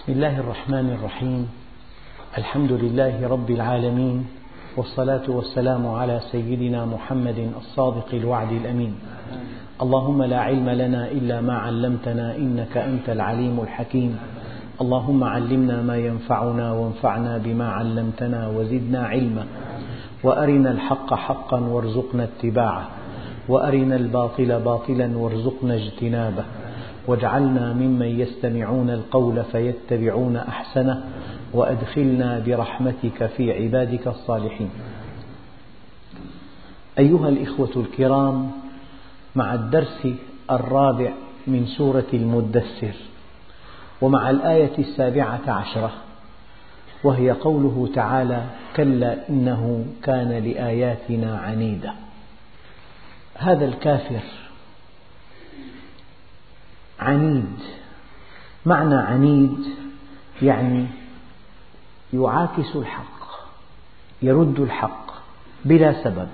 بسم الله الرحمن الرحيم. الحمد لله رب العالمين، والصلاة والسلام على سيدنا محمد الصادق الوعد الأمين. اللهم لا علم لنا إلا ما علمتنا إنك أنت العليم الحكيم. اللهم علمنا ما ينفعنا وانفعنا بما علمتنا وزدنا علما، وأرنا الحق حقا وارزقنا اتباعه، وأرنا الباطل باطلا وارزقنا اجتنابه، واجعلنا ممن يستمعون القول فيتبعون أحسنه، وأدخلنا برحمتك في عبادك الصالحين. أيها الإخوة الكرام، مع الدرس الرابع من سورة المدثر، ومع الآية 17، وهي قوله تعالى: كلا إنه كان لآياتنا عنيدا. هذا الكافر عنيد. معنى عنيد يعني يعاكس الحق، يرد الحق بلا سبب.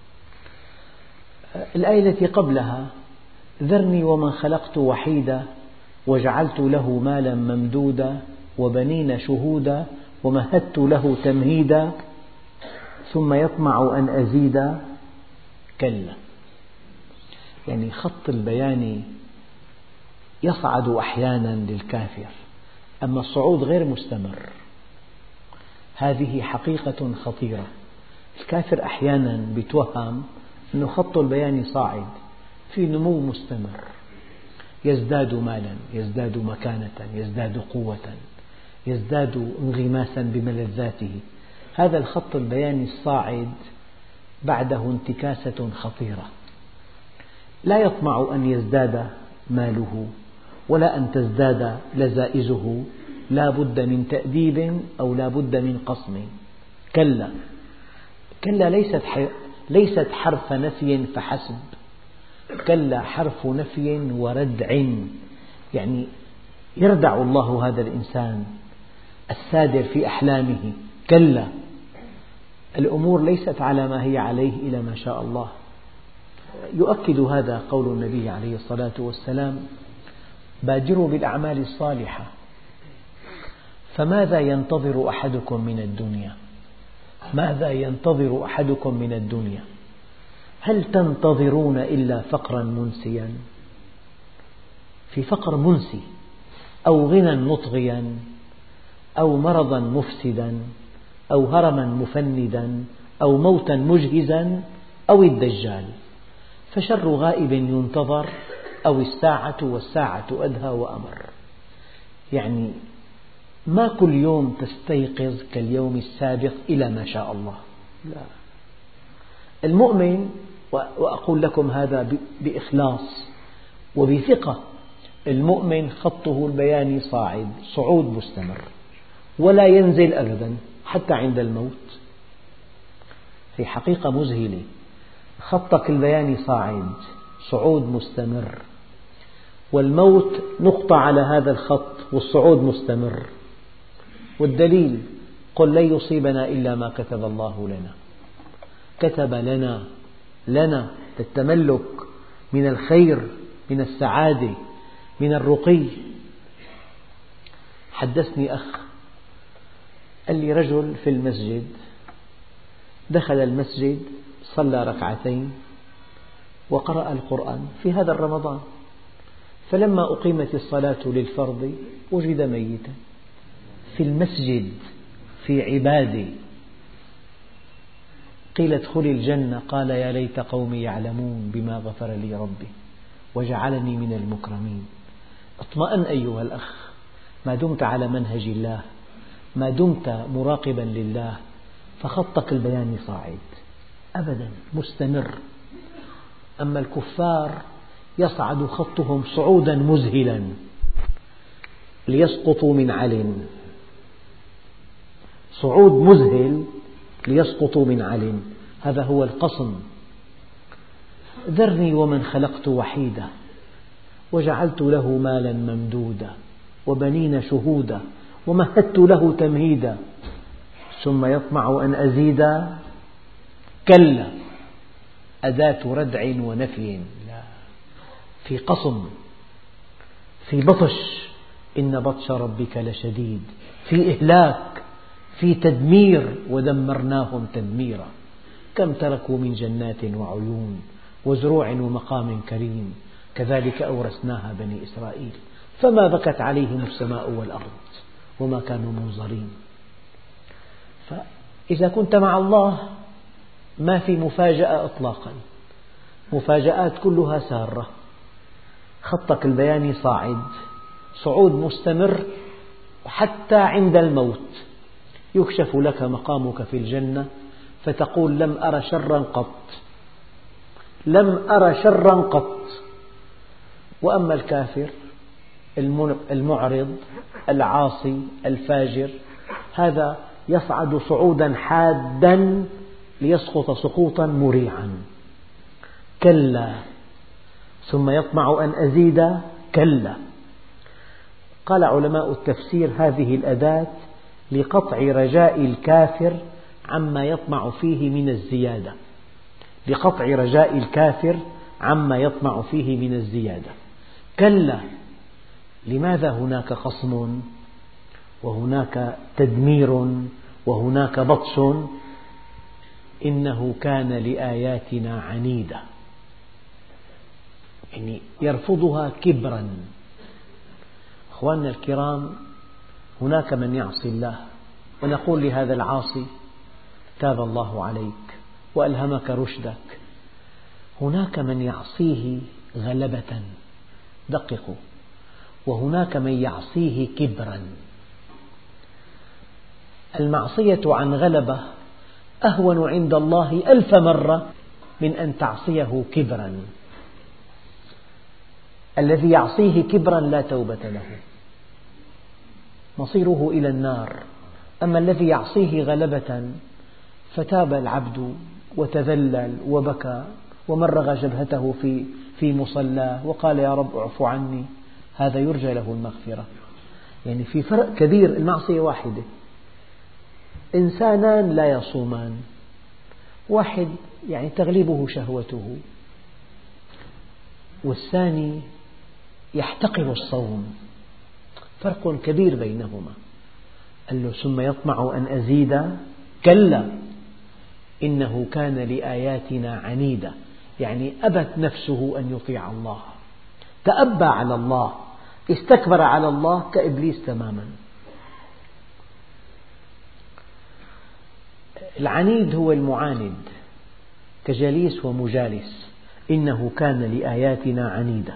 الآية التي قبلها: ذرني ومن خلقت وحيدا وجعلت له مالا ممدودا وبنين شهودا ومهدت له تمهيدا ثم يطمع أن أزيد. كلا، يعني خط البيان يصعد أحيانا للكافر، أما الصعود غير مستمر. هذه حقيقة خطيرة. الكافر أحيانا يتوهم أن خط البيان صاعد، في نمو مستمر، يزداد مالا، يزداد مكانة، يزداد قوة، يزداد انغماسا بملذاته. هذا الخط البياني الصاعد بعده انتكاسة خطيرة. لا يطمع أن يزداد ماله ولا أن تزداد لذائذه، لا بد من تأديب أو لا بد من قصم. كلا. كلا ليست حرف نفي فحسب، كلا حرف نفي وردع، يعني يردع الله هذا الإنسان السادر في أحلامه. كلا، الأمور ليست على ما هي عليه إلى ما شاء الله. يؤكد هذا قول النبي عليه الصلاة والسلام: بادروا بالأعمال الصالحة، فماذا ينتظر أحدكم من الدنيا؟ ماذا ينتظر أحدكم من الدنيا؟ هل تنتظرون إلا فقرا منسيا؟ في فقر منسي، أو غنى مطغيا، أو مرضا مفسدا، أو هرما مفندا، أو موتا مجهزا، أو الدجال، فشر غائب ينتظر، أو الساعة والساعة أدهى وأمر. يعني ما كل يوم تستيقظ كاليوم السابق إلى ما شاء الله، لا. المؤمن، وأقول لكم هذا بإخلاص وبثقة، المؤمن خطه البياني صاعد، صعود مستمر، ولا ينزل أبدا حتى عند الموت. هي حقيقة مذهلة. خطك البياني صاعد، صعود مستمر، والموت نقطة على هذا الخط، والصعود مستمر. والدليل: قل لن يصيبنا إلا ما كتب الله لنا. كتب لنا للتملك من الخير، من السعادة، من الرقي. حدثني أخ قال لي: رجل في المسجد، دخل المسجد، صلى ركعتين وقرأ القرآن في هذا الرمضان، فلما أقيمت الصلاة للفرض وجد ميتا في المسجد في عبادة. قيل: ادخل الجنة، قال: يا ليت قومي يعلمون بما غفر لي ربي وجعلني من المكرمين. اطمئن أيها الأخ، ما دمت على منهج الله، ما دمت مراقبا لله، فخطك البياني صاعد أبدا، مستمر. أما الكفار يصعد خطهم صعودا مذهلا ليسقطوا من عل، صعود مذهل ليسقطوا من عل. هذا هو القصم. ذرني ومن خلقت وحيدا وجعلت له مالا ممدودا وبنين شهودا ومهدت له تمهيدا ثم يطمع أن أزيد. كلا، أداة ردع ونفي، لا. في قصم، في بطش، إن بطش ربك لشديد، في إهلاك، في تدمير، ودمرناهم تدميرا. كم تركوا من جنات وعيون وزروع ومقام كريم، كذلك أورثناها بني إسرائيل، فما بكت عليهم السماء والأرض وما كانوا منظرين. فإذا كنت مع الله ما في مفاجأة إطلاقا، مفاجآت كلها سارة، خطك البياني صاعد، صعود مستمر حتى عند الموت يكشف لك مقامك في الجنة فتقول لم أر شرا قط، لم أر شرا قط. وأما الكافر المعرض العاصي الفاجر، هذا يصعد صعودا حادا ليسقط سقوطا مريعا. كلا ثم يطمع أن أزيد، كلا. قال علماء التفسير هذه الأداة لقطع رجاء الكافر عما يطمع فيه من الزيادة، لقطع رجاء الكافر عما يطمع فيه من الزيادة. كلا، لماذا هناك خصم وهناك تدمير وهناك بطش؟ إنه كان لآياتنا عنيدا، يعني يرفضها كبرا. أخواننا الكرام، هناك من يعصي الله ونقول لهذا العاصي تاب الله عليك وألهمك رشدك. هناك من يعصيه غلبة، دققوا، وهناك من يعصيه كبرا. المعصية عن غلبة أهون عند الله 1000 مرة من أن تعصيه كبرا. الذي يعصيه كبرا لا توبة له، مصيره إلى النار. أما الذي يعصيه غلبة فتاب العبد وتذلل وبكى ومرغ جبهته في مصلاه وقال يا رب اعف عني، هذا يرجى له المغفرة. يعني في فرق كبير. المعصية واحدة، إنسانان لا يصومان، واحد يعني تغلبه شهوته، والثاني يحتقر الصوم، فرق كبير بينهما. قال له ثم يطمع أن أزيد، كلا إنه كان لآياتنا عنيدا، يعني أبت نفسه أن يطيع الله، تأبى على الله، استكبر على الله كإبليس تماما. العنيد هو المعاند، كجليس ومجالس. إنه كان لآياتنا عنيدا.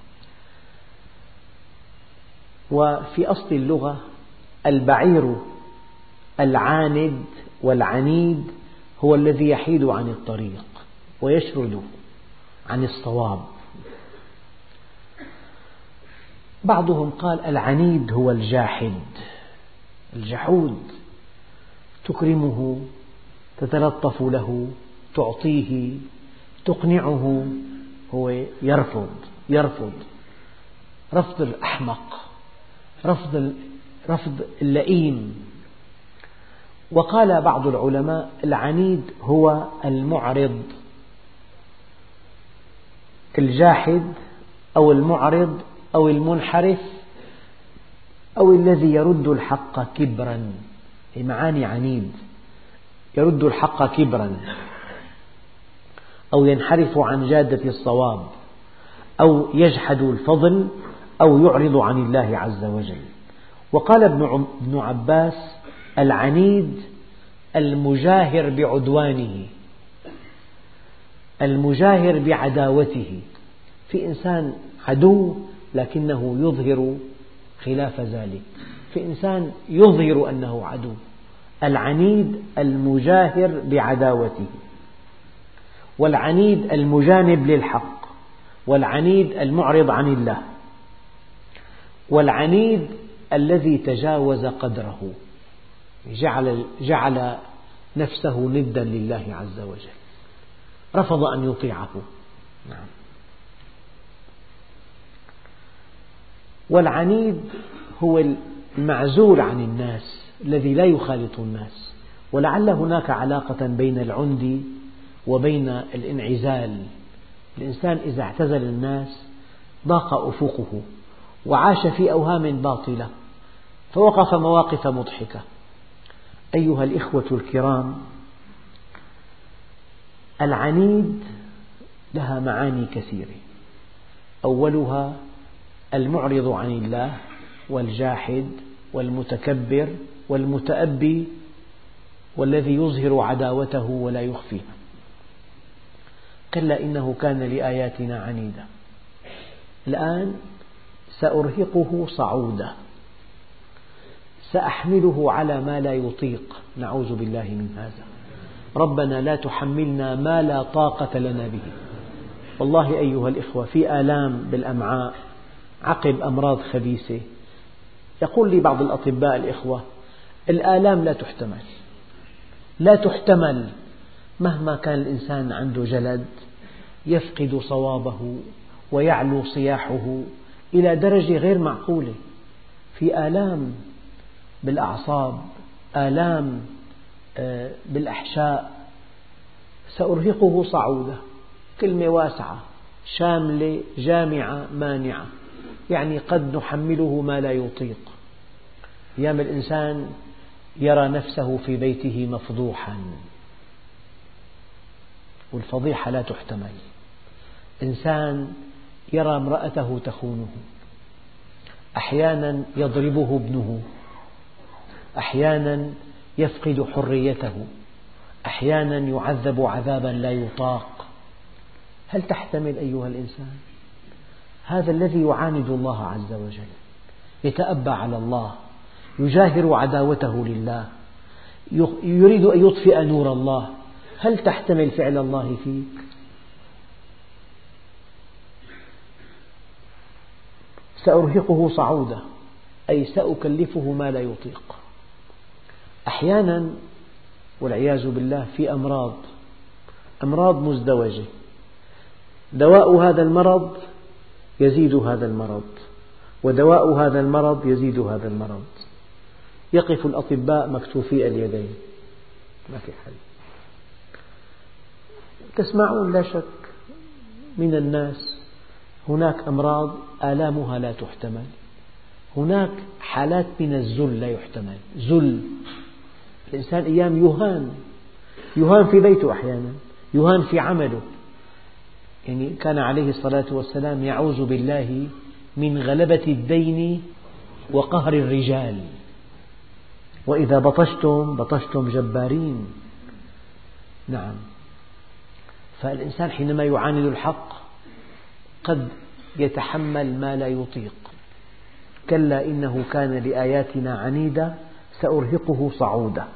وفي أصل اللغة البعير العاند والعنيد هو الذي يحيد عن الطريق ويشرد عن الصواب. بعضهم قال العنيد هو الجاحد، الجحود، تكرمه، تتلطف له، تعطيه، تقنعه، هو يرفض رفض الأحمق، رفض اللئيم. وقال بعض العلماء العنيد هو المعرض، الجاحد أو المعرض أو المنحرف أو الذي يرد الحق كبرا. معاني عنيد، يرد الحق كبرا، أو ينحرف عن جادة الصواب، أو يجحد الفضل، أو يعرض عن الله عز وجل. وقال ابن عباس العنيد المجاهر بعدوانه، المجاهر بعداوته. في إنسان عدو لكنه يظهر خلاف ذلك، في إنسان يظهر أنه عدو. العنيد المجاهر بعداوته، والعنيد المجانب للحق، والعنيد المعرض عن الله، والعنيد الذي تجاوز قدره، جعل نفسه ندا لله عز وجل، رفض أن يطيعه. نعم. والعنيد هو المعزول عن الناس، الذي لا يخالط الناس. ولعل هناك علاقة بين العند وبين الانعزال. الإنسان إذا اعتزل الناس ضاق أفقه وعاش في أوهام باطلة فوقف مواقف مضحكة. أيها الإخوة الكرام، العنيد لها معاني كثيرة، أولها المعرض عن الله والجاحد والمتكبر والمتأبي والذي يظهر عداوته ولا يخفيها. كلا إنه كان لآياتنا عنيدا. الآن سأرهقه صعودا، سأحمله على ما لا يطيق، نعوذ بالله من هذا. ربنا لا تحملنا ما لا طاقة لنا به. والله أيها الإخوة، في آلام بالأمعاء عقب أمراض خبيثة. يقول لي بعض الأطباء الإخوة: الآلام لا تحتمل، مهما كان الإنسان عنده جلد يفقد صوابه ويعلو صياحه إلى درجة غير معقولة. في آلام بالأعصاب، آلام بالأحشاء. سأرهقه صعودا، كلمة واسعة شاملة جامعة مانعة، يعني قد نحمله ما لا يطيق. أيام الإنسان يرى نفسه في بيته مفضوحا، والفضيحة لا تحتمل. إنسان يرى امرأته تخونه، أحيانا يضربه ابنه، أحيانا يفقد حريته، أحيانا يعذب عذابا لا يطاق. هل تحتمل أيها الإنسان؟ هذا الذي يعاند الله عز وجل، يتأبى على الله، يجاهر عداوته لله، يريد أن يطفئ نور الله. هل تحتمل فعل الله فيك؟ سأرهقه صعودا، أي سأكلفه ما لا يطيق. أحيانا والعياذ بالله في أمراض مزدوجة، دواء هذا المرض يزيد هذا المرض، ودواء هذا المرض يزيد هذا المرض. يقف الأطباء مكتوفي اليدين، ما في حل. تسمعون لا شك من الناس هناك أمراض آلامها لا تحتمل، هناك حالات من الذل لا يحتمل. ذل الإنسان أيام يهان في بيته، أحيانا يهان في عمله. يعني كان عليه الصلاة والسلام يعوذ بالله من غلبة الدين وقهر الرجال، وإذا بطشتم جبارين. نعم، فالإنسان حينما يعاند الحق قد يتحمل ما لا يطيق. كلا إنه كان لآياتنا عنيدا سأرهقه صعودا.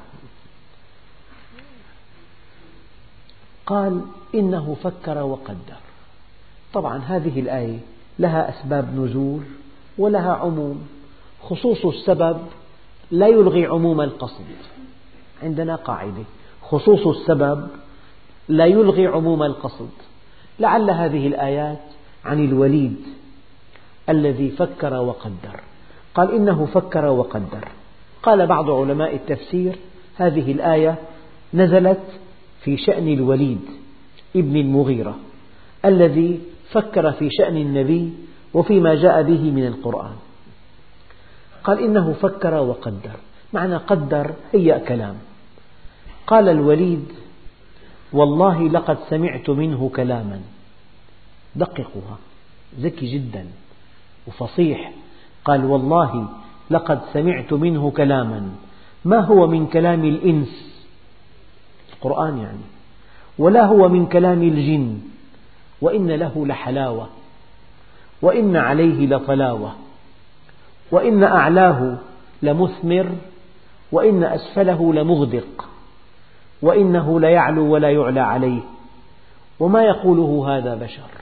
قال إنه فكر وقدر. طبعا هذه الآية لها أسباب نزول ولها عموم. خصوص السبب لا يلغي عموم القصد. عندنا قاعدة: خصوص السبب لا يلغي عموم القصد. لعل هذه الآيات عن الوليد الذي فكر وقدر. قال إنه فكر وقدر. قال بعض علماء التفسير هذه الآية نزلت في شأن الوليد ابن المغيرة الذي فكر في شأن النبي وفيما جاء به من القرآن. قال إنه فكر وقدر، معنى قدر هيأ كلام. قال الوليد: والله لقد سمعت منه كلاما. دققوها، ذكي جدا وفصيح. قال: والله لقد سمعت منه كلاما ما هو من كلام الإنس، القرآن يعني، ولا هو من كلام الجن، وإن له لحلاوة، وإن عليه لطلاوة، وإن أعلاه لمثمر، وإن أسفله لمغدق، وإنه ليعلو ولا يعلى عليه، وما يقوله هذا بشر.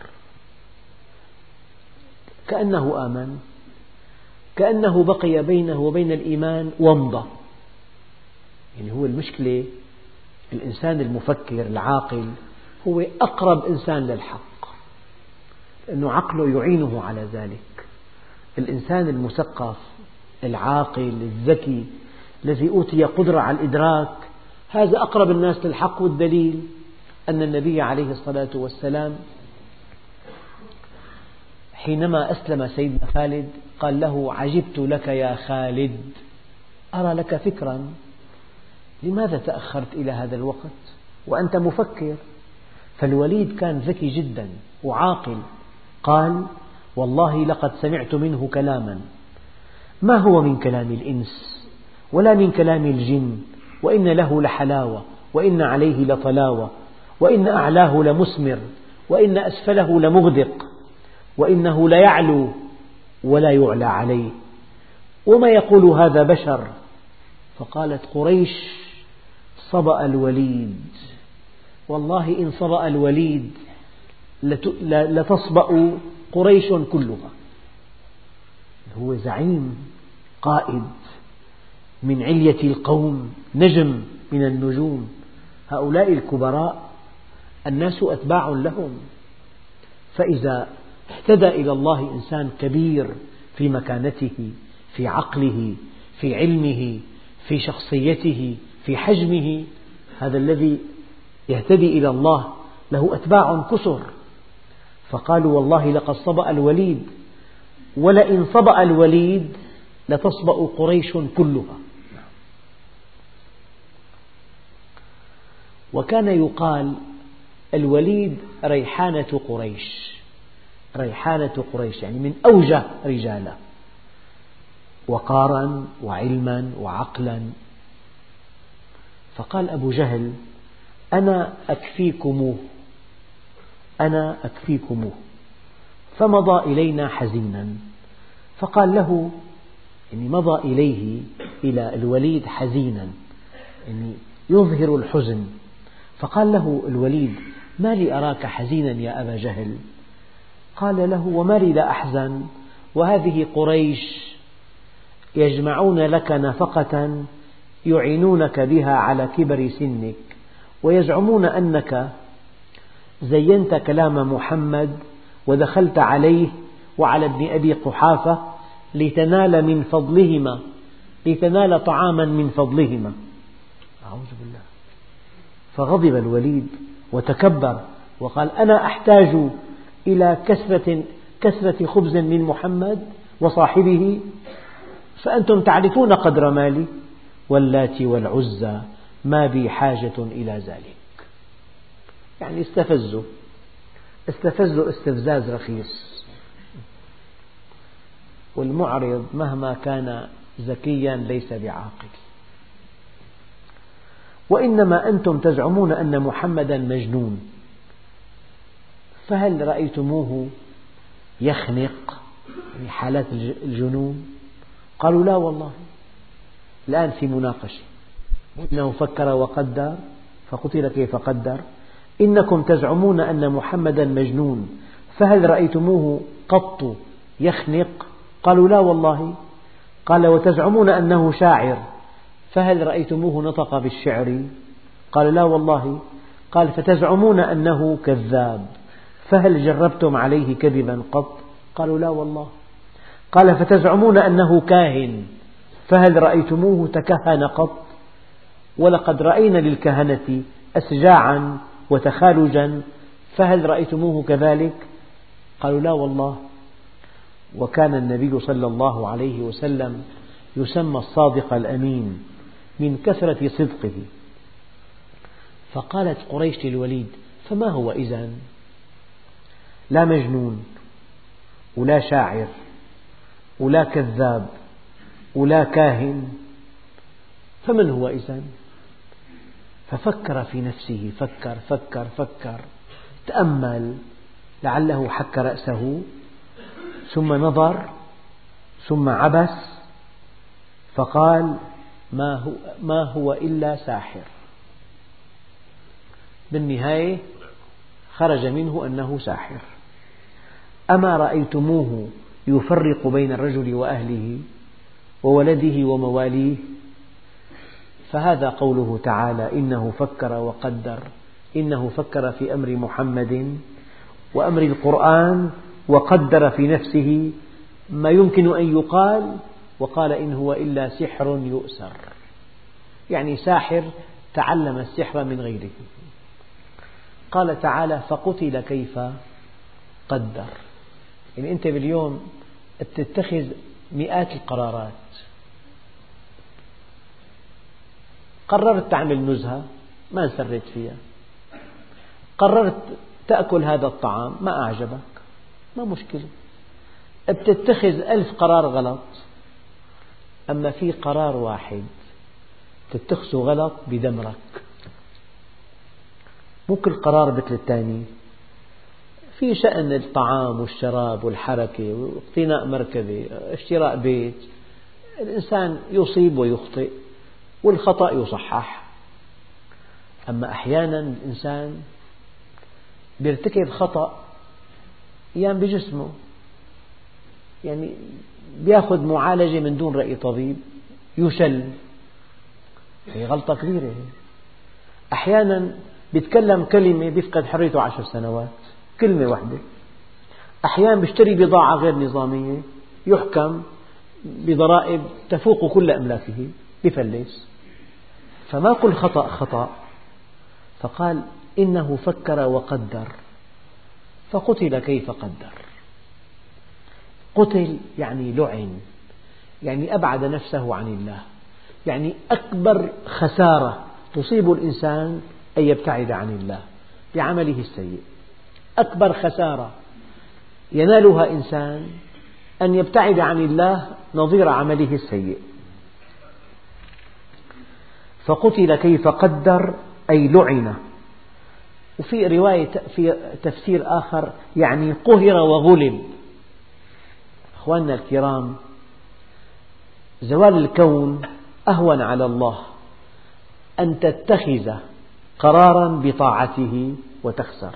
كأنه آمن، كأنه بقي بينه وبين الإيمان ومضة. يعني هو المشكلة الإنسان المفكر العاقل هو أقرب إنسان للحق، لأنه عقله يعينه على ذلك. الإنسان المثقف العاقل الذكي الذي أوتي قدرة على الإدراك هذا أقرب الناس للحق. والدليل أن النبي عليه الصلاة والسلام حينما أسلم سيدنا خالد قال له: عجبت لك يا خالد، أرى لك فكرا، لماذا تأخرت إلى هذا الوقت وأنت مفكر؟ فالوليد كان ذكي جدا وعاقل، قال: والله لقد سمعت منه كلاما ما هو من كلام الإنس ولا من كلام الجن، وإن له لحلاوة، وإن عليه لطلاوة، وإن أعلاه لمثمر، وإن أسفله لمغدق، وإنه ليعلو ولا يعلى عليه، وما يقول هذا بشر. فقالت قريش: صبأ الوليد، والله إن صبأ الوليد لتصبأ قريش كلها. هو زعيم قائد من علية القوم، نجم من النجوم، هؤلاء الكبراء الناس أتباع لهم، فإذا اهتدى إلى الله إنسان كبير في مكانته، في عقله، في علمه، في شخصيته، في حجمه، هذا الذي يهتدي إلى الله له أتباع كثر. فقالوا: والله لقد صبأ الوليد، ولئن صبأ الوليد لتصبأ قريش كلها. وكان يقال: الوليد ريحانة قريش، ريحانة قريش يعني من أوجه رجاله، وقارا وعلما وعقلا. فقال أبو جهل: أنا أكفيكموه، أنا أكفيكموه. فمضى إلينا حزينا. فقال له، يعني مضى إليه إلى الوليد حزينا، يعني يظهر الحزن. فقال له الوليد: ما لي أراك حزينا يا أبا جهل؟ قال له: وما لي لا أحزن، وهذه قريش يجمعون لك نفقة يعينونك بها على كبر سنك، ويزعمون أنك زينت كلام محمد ودخلت عليه وعلى ابن أبي قحافة لتنال من فضلهما، لتنال طعاما من فضلهما. أعوذ بالله. فغضب الوليد وتكبر وقال: أنا أحتاج إلى كسرة خبز من محمد وصاحبه؟ فأنتم تعرفون قدر مالي، واللات والعزى ما بي حاجة إلى ذلك. يعني استفزوا استفزاز رخيص. والمعرض مهما كان ذكيا ليس بعاقل. وإنما أنتم تزعمون أن محمدا مجنون، فهل رأيتموه يخنق، يعني حالات الجنون؟ قالوا: لا والله. الآن في مناقشة، إنه فكر وقدر فقتل كيف قدر. إنكم تزعمون أن محمدا مجنون، فهل رأيتموه قط يخنق؟ قالوا: لا والله. قال: وتزعمون أنه شاعر، فهل رأيتموه نطق بالشعر؟ قال: لا والله. قال: فتزعمون أنه كذاب، فهل جربتم عليه كذبا قط؟ قالوا: لا والله. قال: فتزعمون أنه كاهن، فهل رأيتموه تكهن قط؟ ولقد رأينا للكهنة أسجاعا وتخالجا، فهل رأيتموه كذلك؟ قالوا: لا والله. وكان النبي صلى الله عليه وسلم يسمى الصادق الأمين من كثرة صدقه. فقالت قريش للوليد: فما هو إذن؟ لا مجنون ولا شاعر ولا كذاب ولا كاهن، فمن هو إذن؟ ففكر في نفسه، فكر تأمل، لعله حك رأسه، ثم نظر، ثم عبس، فقال: ما هو إلا ساحر. بالنهاية خرج منه أنه ساحر. أما رأيتموه يفرق بين الرجل وأهله وولده ومواليه؟ فهذا قوله تعالى: إنه فكر وقدر. إنه فكر في أمر محمد وأمر القرآن، وقدر في نفسه ما يمكن أن يقال، وقال: إن هو إلا سحر يؤثر، يعني ساحر تعلم السحر من غيره. قال تعالى: فقتل كيف قدر، يعني أنت باليوم تتخذ مئات القرارات. قررت تعمل نزهة ما انسريت فيها، قررت تأكل هذا الطعام ما أعجبك ما مشكلة، بتتخذ 1000 قرار غلط. أما في قرار واحد تتخذه غلط بدمرك. مو كل قرار مثل الثاني. في شأن الطعام والشراب والحركة واقتناء مركبة، اشتراء بيت، الإنسان يصيب ويخطئ والخطأ يصحح. أما أحيانا الإنسان يرتكب خطأ أيام بجسمه، يعني يأخذ معالجة من دون رأي طبيب يشل، هي غلطة كبيرة. أحيانا يتكلم كلمة يفقد حريته 10 سنوات، كلمة واحدة. أحيانا يشتري بضاعة غير نظامية يحكم بضرائب تفوق كل أملاكه يفلس. فما كل خطأ خطأ. فقال إنه فكر وقدر فقتل كيف قدر. قتل يعني لعن، يعني أبعد نفسه عن الله. يعني أكبر خسارة تصيب الإنسان أن يبتعد عن الله بعمله السيء. أكبر خسارة ينالها إنسان أن يبتعد عن الله نظير عمله السيء. فقتل كيف قدر أي لعن. وفي رواية في تفسير آخر يعني قهر وغلب. أخواننا الكرام، زوال الكون أهون على الله أن تتخذ قرارا بطاعته وتخسر،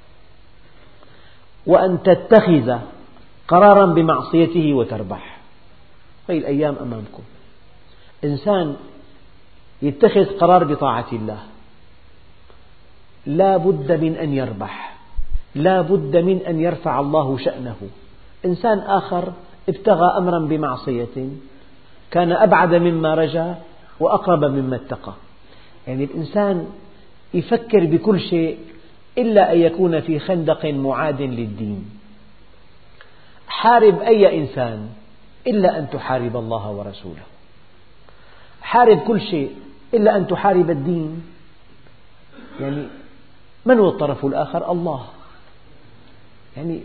وأن تتخذ قرارا بمعصيته وتربح. هذه الأيام أمامكم، إنسان يتخذ قرار بطاعة الله لا بد من أن يربح، لا بد من أن يرفع الله شأنه. إنسان آخر ابتغى أمرا بمعصية كان أبعد مما رجا وأقرب مما اتقى. يعني الإنسان يفكر بكل شيء إلا أن يكون في خندق معاد للدين. حارب أي إنسان إلا أن تحارب الله ورسوله. حارب كل شيء إلا أن تحارب الدين. يعني من هو الطرف الآخر؟ الله. يعني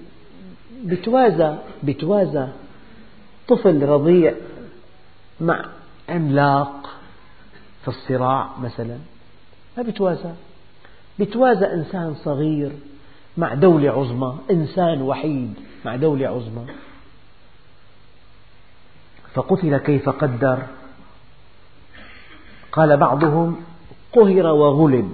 بتوازى طفل رضيع مع عملاق في الصراع مثلا، ما بتوازى إنسان صغير مع دولة عظمى، إنسان وحيد مع دولة عظمى. فقتل كيف قدر. قال بعضهم قهر وغلب،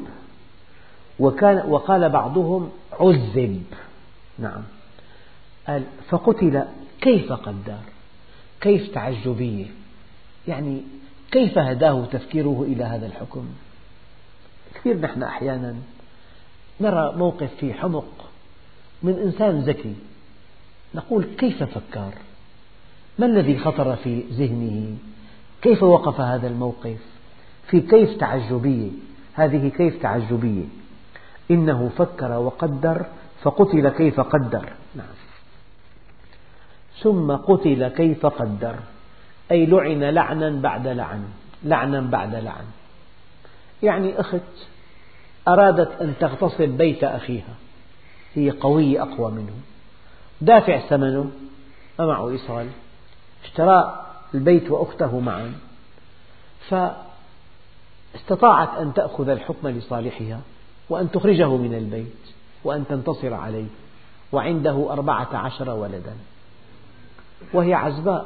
وقال بعضهم عذب. نعم، قال فقتل كيف قدر. كيف تعجبية، يعني كيف هداه تفكيره إلى هذا الحكم. كثير نحن أحيانا نرى موقف فيه حمق من إنسان ذكي، نقول كيف فكر، ما الذي خطر في ذهنه، كيف وقف هذا الموقف. في كيف تعجبية، هذه كيف تعجبية. إنه فكر وقدر فقتل كيف قدر. نعم. ثم قتل كيف قدر أي لعن لعنا بعد لعن، لعنا بعد لعن. يعني أخت أرادت أن تغتصب بيت أخيها، هي قوية أقوى منه، دافع ثمنه ما معه إيصال، اشترى البيت وأخته معا، فاستطاعت أن تأخذ الحكم لصالحها وأن تخرجه من البيت وأن تنتصر عليه، وعنده 14 ولدا وهي عزباء.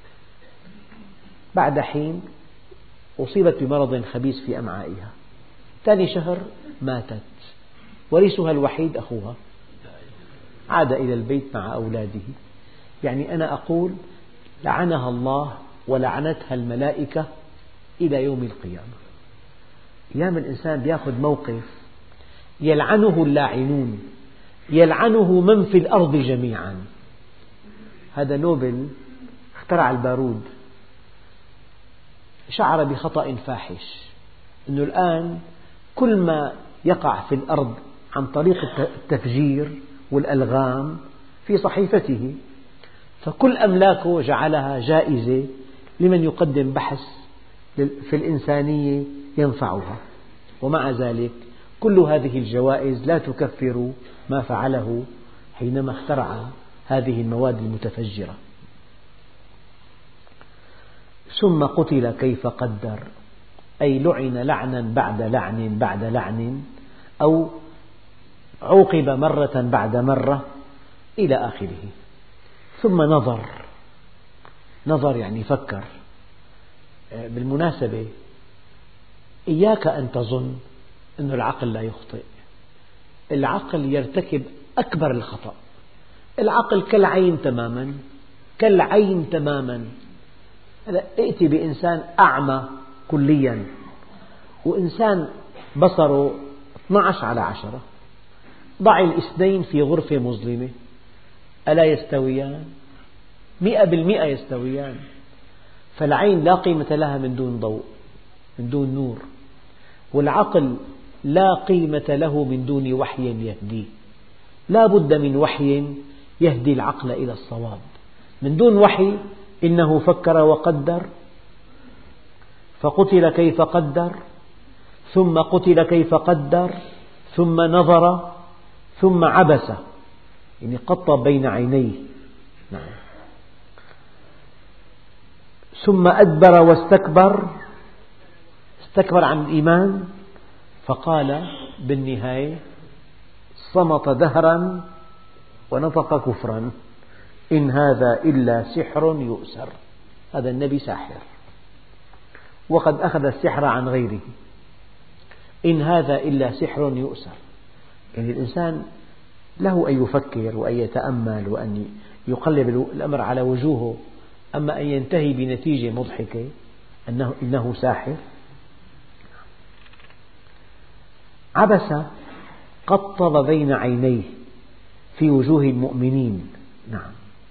بعد حين أصيبت بمرض خبيث في أمعائها، ثاني شهر ماتت، ورثها الوحيد أخوها، عاد إلى البيت مع أولاده. يعني أنا أقول لعنها الله ولعنتها الملائكة إلى يوم القيامة. أيام الإنسان يأخذ موقف يلعنه اللاعنون، يلعنه من في الأرض جميعا. هذا نوبل اخترع البارود، شعر بخطأ فاحش أنه الآن كل ما يقع في الأرض عن طريق التفجير والألغام في صحيفته، فكل أملاكه جعلها جائزة لمن يقدم بحث في الإنسانية ينفعها. ومع ذلك كل هذه الجوائز لا تكفر ما فعله حينما اخترع هذه المواد المتفجرة. ثم قتل كيف قدر، أي لعن لعنا بعد لعن بعد لعن، أو عوقب مرة بعد مرة إلى آخره. ثم نظر يعني فكر. بالمناسبة إياك أن تظن أن العقل لا يخطئ، العقل يرتكب أكبر الخطأ. العقل كالعين تماما، كالعين تماما. ائتي بإنسان أعمى كليا وإنسان بصره 12/10، ضع الاثنين في غرفة مظلمة، ألا يستويان؟ 100% يستويان. فالعين لا قيمة لها من دون ضوء، من دون نور، والعقل لا قيمة له من دون وحي يهديه. لا بد من وحي يهدي العقل إلى الصواب، من دون وحي إنه فكر وقدر. فقتل كيف قدر، ثم قتل كيف قدر، ثم نظر، ثم عبس، يعني قطب بين عينيه. ثم أدبر واستكبر، استكبر عن الإيمان، فقال بالنهاية صمت دهرا ونطق كفرا: إن هذا إلا سحر يؤثر. هذا النبي ساحر وقد أخذ السحر عن غيره. إن هذا إلا سحر يؤثر، يعني الإنسان له أن يفكر وأن يتأمل وأن يقلب الأمر على وجوهه، أما أن ينتهي بنتيجة مضحكة إنه ساحر. عبس، قطب بين عينيه في وجوه المؤمنين. نعم.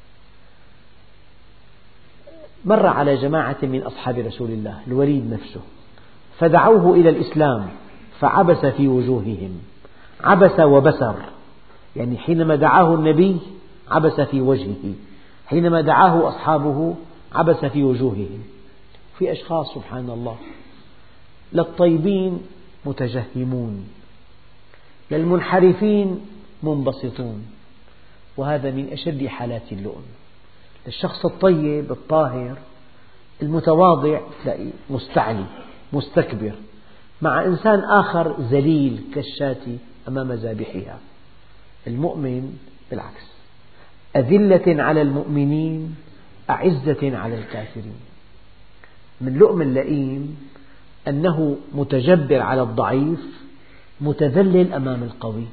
مر على جماعة من أصحاب رسول الله، الوليد نفسه، فدعوه إلى الإسلام فعبس في وجوههم. عبس وبسر، يعني حينما دعاه النبي عبس في وجهه، حينما دعاه أصحابه عبس في وجوههم. في أشخاص سبحان الله للطيبين متجهمون، للمنحرفين منبسطون، وهذا من أشد حالات اللؤم. للشخص الطيب الطاهر المتواضع تلاقي مستعلي مستكبر، مع إنسان آخر ذليل كالشاة أمام ذابحها. المؤمن بالعكس، أذلة على المؤمنين أعزة على الكافرين. من لؤم اللئيم أنه متجبر على الضعيف، متذلل أمام القوي،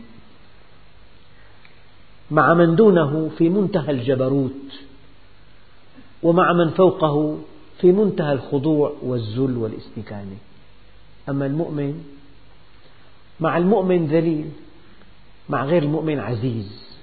مع من دونه في منتهى الجبروت، ومع من فوقه في منتهى الخضوع والذل والاستكانة. أما المؤمن مع المؤمن ذليل، مع غير المؤمن عزيز.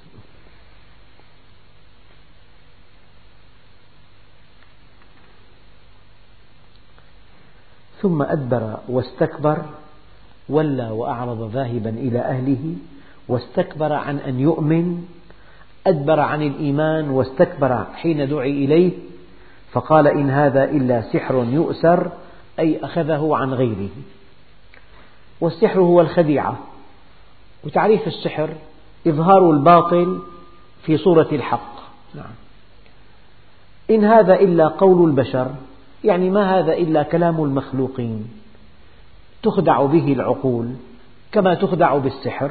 ثم أدبر واستكبر، ولى وأعرض ذاهبا إلى أهله، واستكبر عن أن يؤمن، أدبر عن الإيمان واستكبر حين دعي إليه، فقال إن هذا إلا سحر يؤثر، أي أخذه عن غيره. والسحر هو الخديعة، وتعريف السحر إظهار الباطل في صورة الحق. نعم. إن هذا إلا قول البشر، يعني ما هذا إلا كلام المخلوقين تخدع به العقول كما تخدع بالسحر.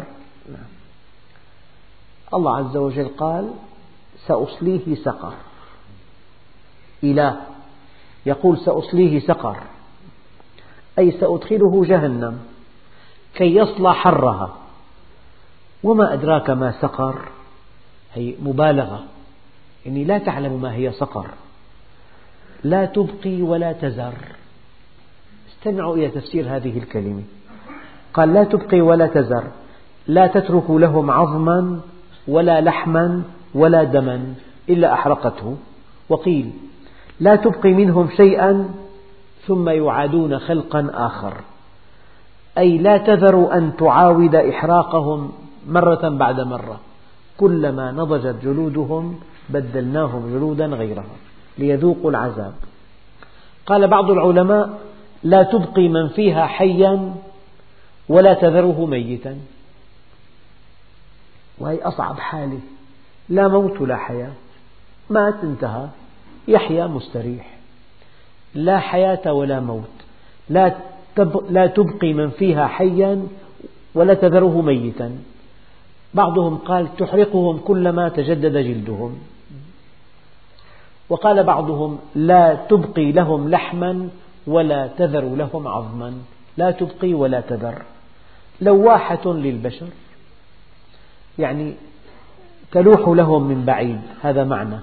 الله عز وجل قال سأصليه سقر. إله يقول سأصليه سقر، أي سأدخله جهنم كي يصلى حرها. وما أدراك ما سقر، هي مبالغة، يعني لا تعلم ما هي سقر. لا تبقي ولا تذر. استمعوا إلى تفسير هذه الكلمة. قال لا تبقي ولا تذر، لا تترك لهم عظما ولا لحما ولا دما إلا أحرقته. وقيل لا تبقي منهم شيئا ثم يعادون خلقا آخر، أي لا تذر أن تعاود إحراقهم مرة بعد مرة. كلما نضجت جلودهم بدلناهم جلودا غيرها ليذوقوا العذاب. قال بعض العلماء: لا تبقي من فيها حيا ولا تذره ميتا. وهي أصعب حالة، لا موت ولا حياة، مات انتهى، يحيا مستريح. لا حياة ولا موت، لا تبقي من فيها حيا ولا تذره ميتا. بعضهم قال: تحرقهم كلما تجدد جلدهم. وقال بعضهم: لا تبقي لهم لحما ولا تذر لهم عظما. لا تبقي ولا تذر، لواحة للبشر، يعني تلوح لهم من بعيد، هذا معنى.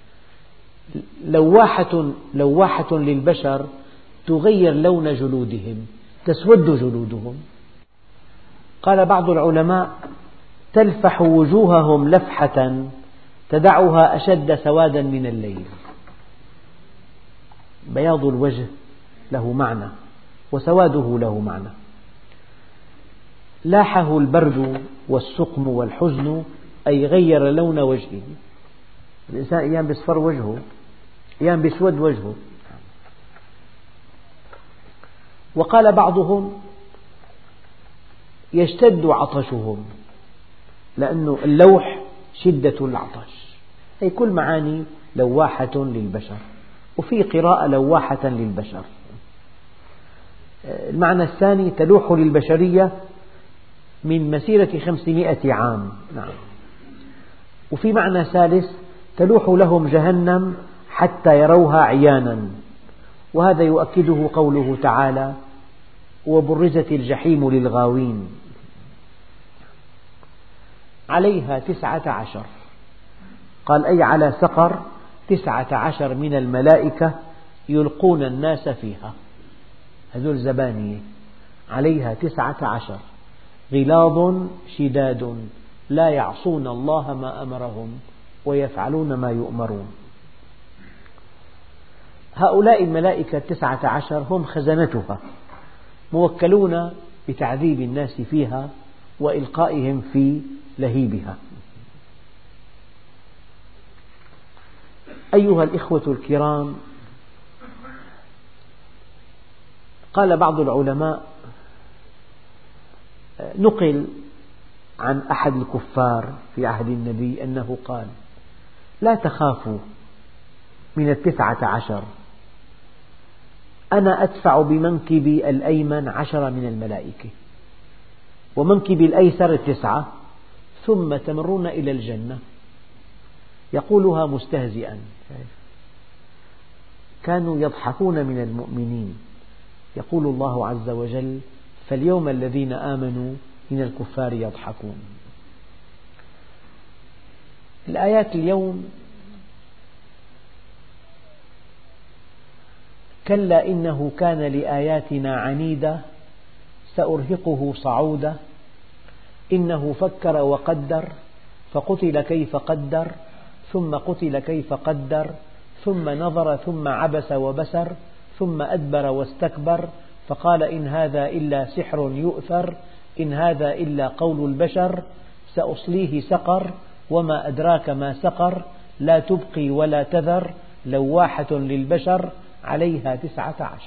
لواحة للبشر تغير لون جلودهم، تسود جلودهم. قال بعض العلماء: تلفح وجوههم لفحة تدعها أشد سوادا من الليل. بياض الوجه له معنى وسواده له معنى. لاحه البرد والسقم والحزن، أي غير لون وجهه. الإنسان أيام يصفر وجهه، أيام يسود وجهه. وقال بعضهم: يشتد عطشهم، لأن اللوح شدة العطش. هي كل معاني لواحة للبشر، وفي قراءة لواحة للبشر. المعنى الثاني: تلوح للبشرية من مسيرة 500 عام. نعم. وفي معنى ثالث: تلوح لهم جهنم حتى يروها عيانا. وهذا يؤكده قوله تعالى: وبرزت الجحيم للغاوين. عليها 19، قال أي على سقر 19 من الملائكة يلقون الناس فيها. هذول زبانية. عليها 19 غلاظ شداد لا يعصون الله ما أمرهم ويفعلون ما يؤمرون. هؤلاء الملائكة 19 هم خزنتها، موكلون بتعذيب الناس فيها وإلقائهم في لهيبها. أيها الإخوة الكرام، قال بعض العلماء: نقل عن أحد الكفار في عهد النبي أنه قال: لا تخافوا من 19، أنا أدفع بمنكبي الأيمن 10 من الملائكة، ومنكبي الأيسر 9، ثم تمرون إلى الجنة. يقولها مستهزئا، كانوا يضحكون من المؤمنين. يقول الله عز وجل: فاليوم الذين آمنوا من الكفار يضحكون. الآيات اليوم: كلا إنه كان لآياتنا عنيدا سأرهقه صعودا إنه فكر وقدر فقتل كيف قدر ثم قتل كيف قدر ثم نظر ثم عبس وبسر ثم أدبر واستكبر فقال إن هذا إلا سحر يؤثر إن هذا إلا قول البشر سأصليه سقر وما أدراك ما سقر لا تبقي ولا تذر لواحة للبشر عليها 19.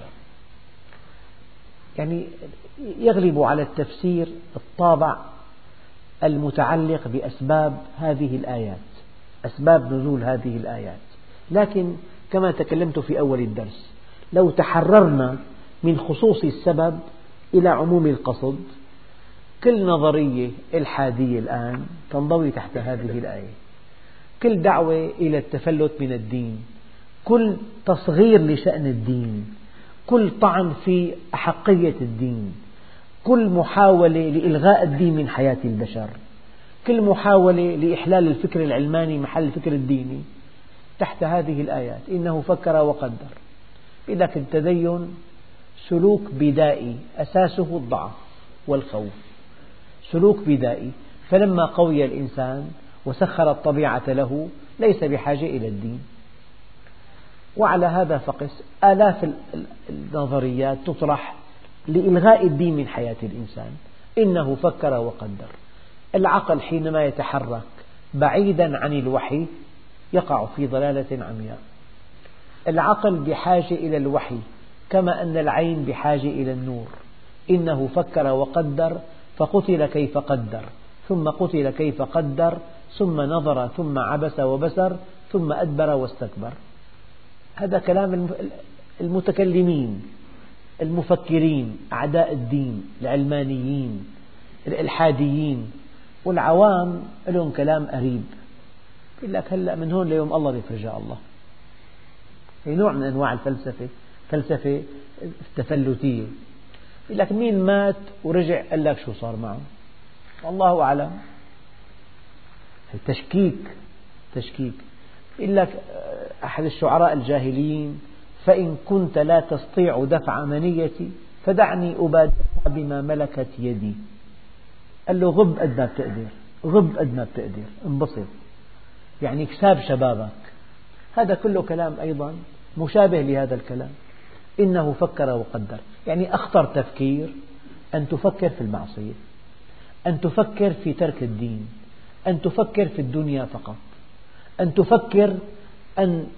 يعني يغلب على التفسير الطابع المتعلق بأسباب هذه الآيات، أسباب نزول هذه الآيات. لكن كما تكلمت في أول الدرس، لو تحررنا من خصوص السبب إلى عموم القصد، كل نظرية إلحادية الآن تنضوي تحت هذه الآية. كل دعوة إلى التفلت من الدين، كل تصغير لشأن الدين، كل طعن في أحقية الدين، كل محاولة لإلغاء الدين من حياة البشر، كل محاولة لإحلال الفكر العلماني محل الفكر الديني تحت هذه الآيات. إنه فكر وقدر. إذا التدين سلوك بدائي أساسه الضعف والخوف، سلوك بدائي، فلما قوي الإنسان وسخر الطبيعة له ليس بحاجة إلى الدين. وعلى هذا فقس آلاف النظريات تطرح لإلغاء الدين من حياة الإنسان. إنه فكر وقدر. العقل حينما يتحرك بعيدا عن الوحي يقع في ضلالة عمياء. العقل بحاجة إلى الوحي كما أن العين بحاجة إلى النور. إنه فكر وقدر فقتل كيف قدر ثم قتل كيف قدر ثم نظر ثم عبس وبسر ثم أدبر واستكبر. هذا كلام المتكلمين المفكرين أعداء الدين العلمانيين الإلحاديين، والعوام لهم كلام قريب. يقول لك هلأ من هون ليوم الله يفرجها الله. هي نوع من أنواع الفلسفة، فلسفة التفلتية. يقول لك مين مات ورجع قال لك شو صار معه، الله أعلم. تشكيك. يقول لك أحد الشعراء الجاهليين: فإن كنت لا تستطيع دفع منيتي فدعني أبادرها بما ملكت يدي. قال له غب قد ما بتقدر، انبسط، يعني اكساب شبابك. هذا كله كلام أيضا مشابه لهذا الكلام. إنه فكر وقدر، يعني أخطر تفكير أن تفكر في المعصية، أن تفكر في ترك الدين، أن تفكر في الدنيا فقط، أن تفكر أن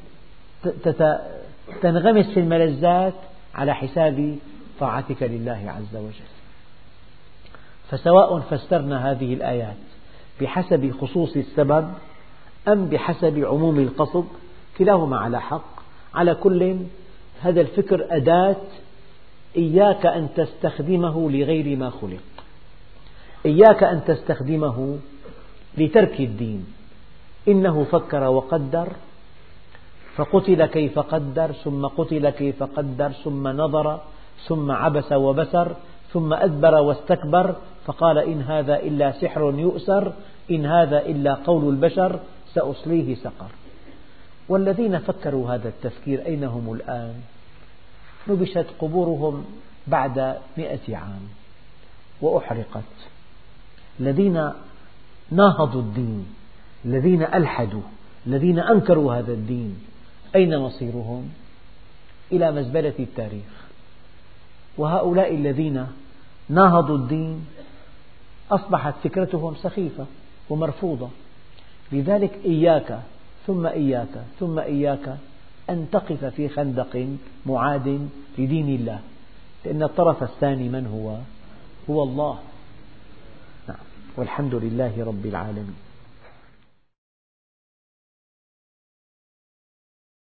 تنغمس في الملذات على حساب طاعتك لله عز وجل. فسواء فسرنا هذه الآيات بحسب خصوص السبب أم بحسب عموم القصد كلاهما على حق. على كل هذا الفكر أداة إياك أن تستخدمه لغير ما خلق، إياك أن تستخدمه لترك الدين. إنه فكر وقدر فقتل كيف قدر ثم قتل كيف قدر ثم نظر ثم عبس وبسر ثم أدبر واستكبر فقال إن هذا إلا سحر يؤثر إن هذا إلا قول البشر سأصليه سقر. والذين فكروا هذا التفكير أين هم الآن؟ نبشت قبورهم بعد 100 عام وأحرقت. الذين ناهضوا الدين، الذين ألحدوا، الذين أنكروا هذا الدين، أين مصيرهم؟ إلى مزبلة التاريخ. وهؤلاء الذين ناهضوا الدين أصبحت فكرتهم سخيفة ومرفوضة. لذلك إياك ثم إياك ثم إياك أن تقف في خندق معاد لدين الله، لأن الطرف الثاني من هو؟ هو الله. والحمد لله رب العالمين.